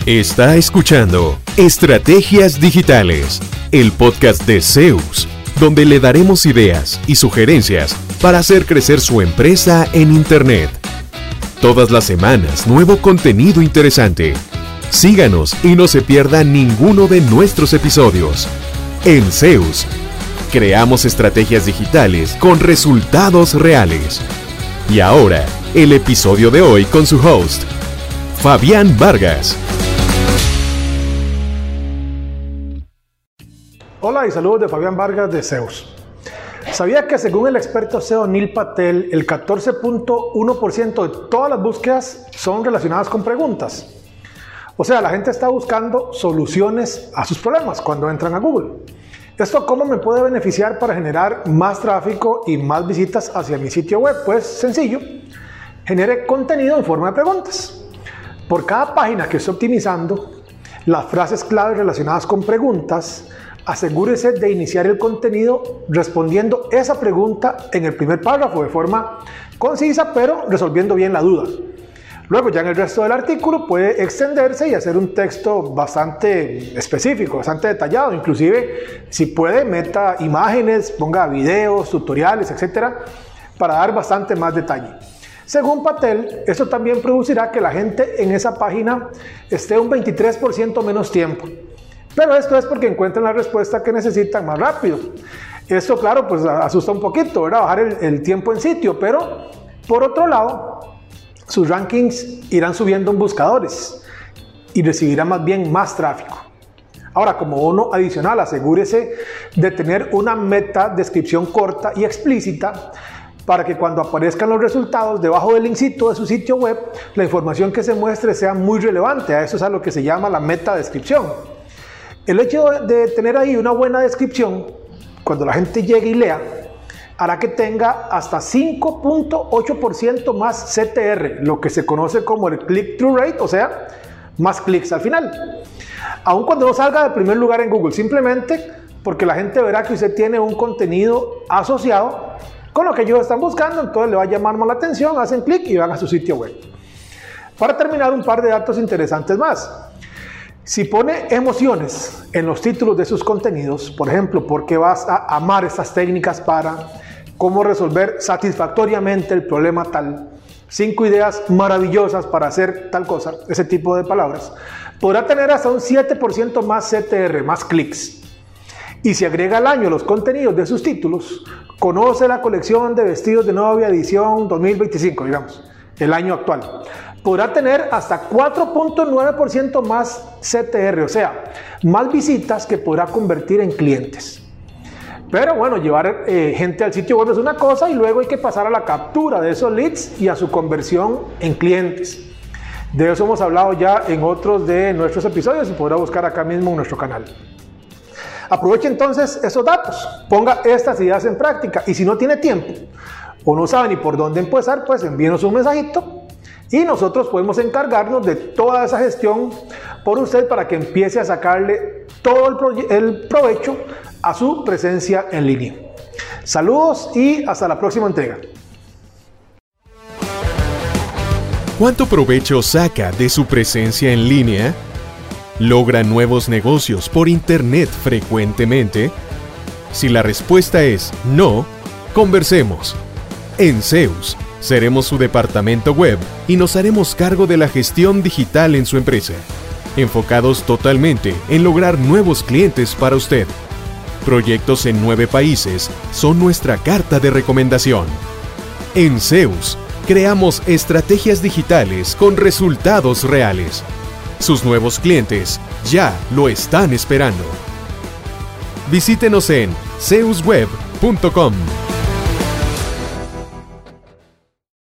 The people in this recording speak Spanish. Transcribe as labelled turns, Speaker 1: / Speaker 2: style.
Speaker 1: Está escuchando Estrategias Digitales, el podcast de Zeus, donde le daremos ideas y sugerencias para hacer crecer su empresa en Internet. Todas las semanas, nuevo contenido interesante. Síganos y no se pierda ninguno de nuestros episodios. En Zeus, creamos estrategias digitales con resultados reales. Y ahora, el episodio de hoy con su host, Fabián Vargas.
Speaker 2: Hola y saludos de Fabián Vargas de Zeus. ¿Sabía que según el experto SEO Neil Patel, el 14.1% de todas las búsquedas son relacionadas con preguntas? O sea, la gente está buscando soluciones a sus problemas cuando entran a Google. ¿Esto cómo me puede beneficiar para generar más tráfico y más visitas hacia mi sitio web? Pues sencillo, genere contenido en forma de preguntas. Por cada página que esté optimizando, las frases claves relacionadas con preguntas, asegúrese de iniciar el contenido respondiendo esa pregunta en el primer párrafo de forma concisa, pero resolviendo bien la duda. Luego ya en el resto del artículo puede extenderse y hacer un texto bastante específico, bastante detallado. Inclusive, si puede, meta imágenes, ponga videos, tutoriales, etcétera, para dar bastante más detalle. Según Patel, esto también producirá que la gente en esa página esté un 23% menos tiempo. Pero esto es porque encuentran la respuesta que necesitan más rápido. Esto, claro, pues asusta un poquito, ¿verdad? Bajar el tiempo en sitio, pero por otro lado, sus rankings irán subiendo en buscadores y recibirá más bien más tráfico. Ahora, como bono adicional, asegúrese de tener una meta descripción corta y explícita para que cuando aparezcan los resultados debajo del linkcito de su sitio web, la información que se muestre sea muy relevante. A eso es a lo que se llama la meta descripción. El hecho de tener ahí una buena descripción, cuando la gente llegue y lea, hará que tenga hasta 5.8% más CTR, lo que se conoce como el click-through rate, o sea, más clics al final. Aun cuando no salga de primer lugar en Google, simplemente porque la gente verá que usted tiene un contenido asociado con lo que ellos están buscando, entonces le va a llamar más la atención, hacen clic y van a su sitio web. Para terminar, un par de datos interesantes más. Si pone emociones en los títulos de sus contenidos, por ejemplo, ¿por qué vas a amar estas técnicas para cómo resolver satisfactoriamente el problema tal? 5 ideas maravillosas para hacer tal cosa, ese tipo de palabras. Podrá tener hasta un 7% más CTR, más clics. Y si agrega al año los contenidos de sus títulos, conoce la colección de vestidos de novia edición 2025, digamos, el año actual. Podrá tener hasta 4.9% más CTR, o sea, más visitas que podrá convertir en clientes. Pero bueno, llevar gente al sitio web es una cosa y luego hay que pasar a la captura de esos leads y a su conversión en clientes. De eso hemos hablado ya en otros de nuestros episodios y podrá buscar acá mismo en nuestro canal. Aproveche entonces esos datos, ponga estas ideas en práctica y si no tiene tiempo o no sabe ni por dónde empezar, pues envíenos un mensajito y nosotros podemos encargarnos de toda esa gestión por usted para que empiece a sacarle todo el provecho a su presencia en línea. Saludos y hasta la próxima entrega.
Speaker 1: ¿Cuánto provecho saca de su presencia en línea? ¿Logra nuevos negocios por Internet frecuentemente? Si la respuesta es no, conversemos. En Zeus, seremos su departamento web y nos haremos cargo de la gestión digital en su empresa, enfocados totalmente en lograr nuevos clientes para usted. Proyectos en 9 países son nuestra carta de recomendación. En Zeus, creamos estrategias digitales con resultados reales. Sus nuevos clientes ya lo están esperando. Visítenos en zeusweb.com.